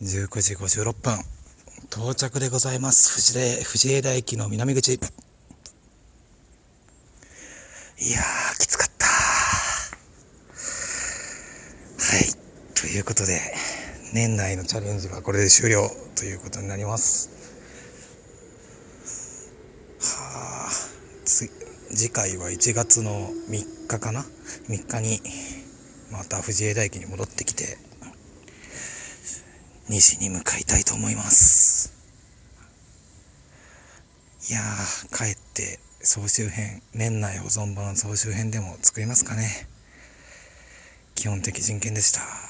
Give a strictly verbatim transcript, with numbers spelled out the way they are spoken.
じゅうくじごじゅうろっぷん到着でございます。藤枝藤枝駅の南口。いやーきつかった。はい、ということで年内のチャレンジはこれで終了ということになります。はあ、つ次回はいちがつのみっかかな、みっかにまた藤枝駅に戻ってきて西に向かいたいと思います。いやー、帰って総集編、年内保存版総集編でも作りますかね。基本的人権でした。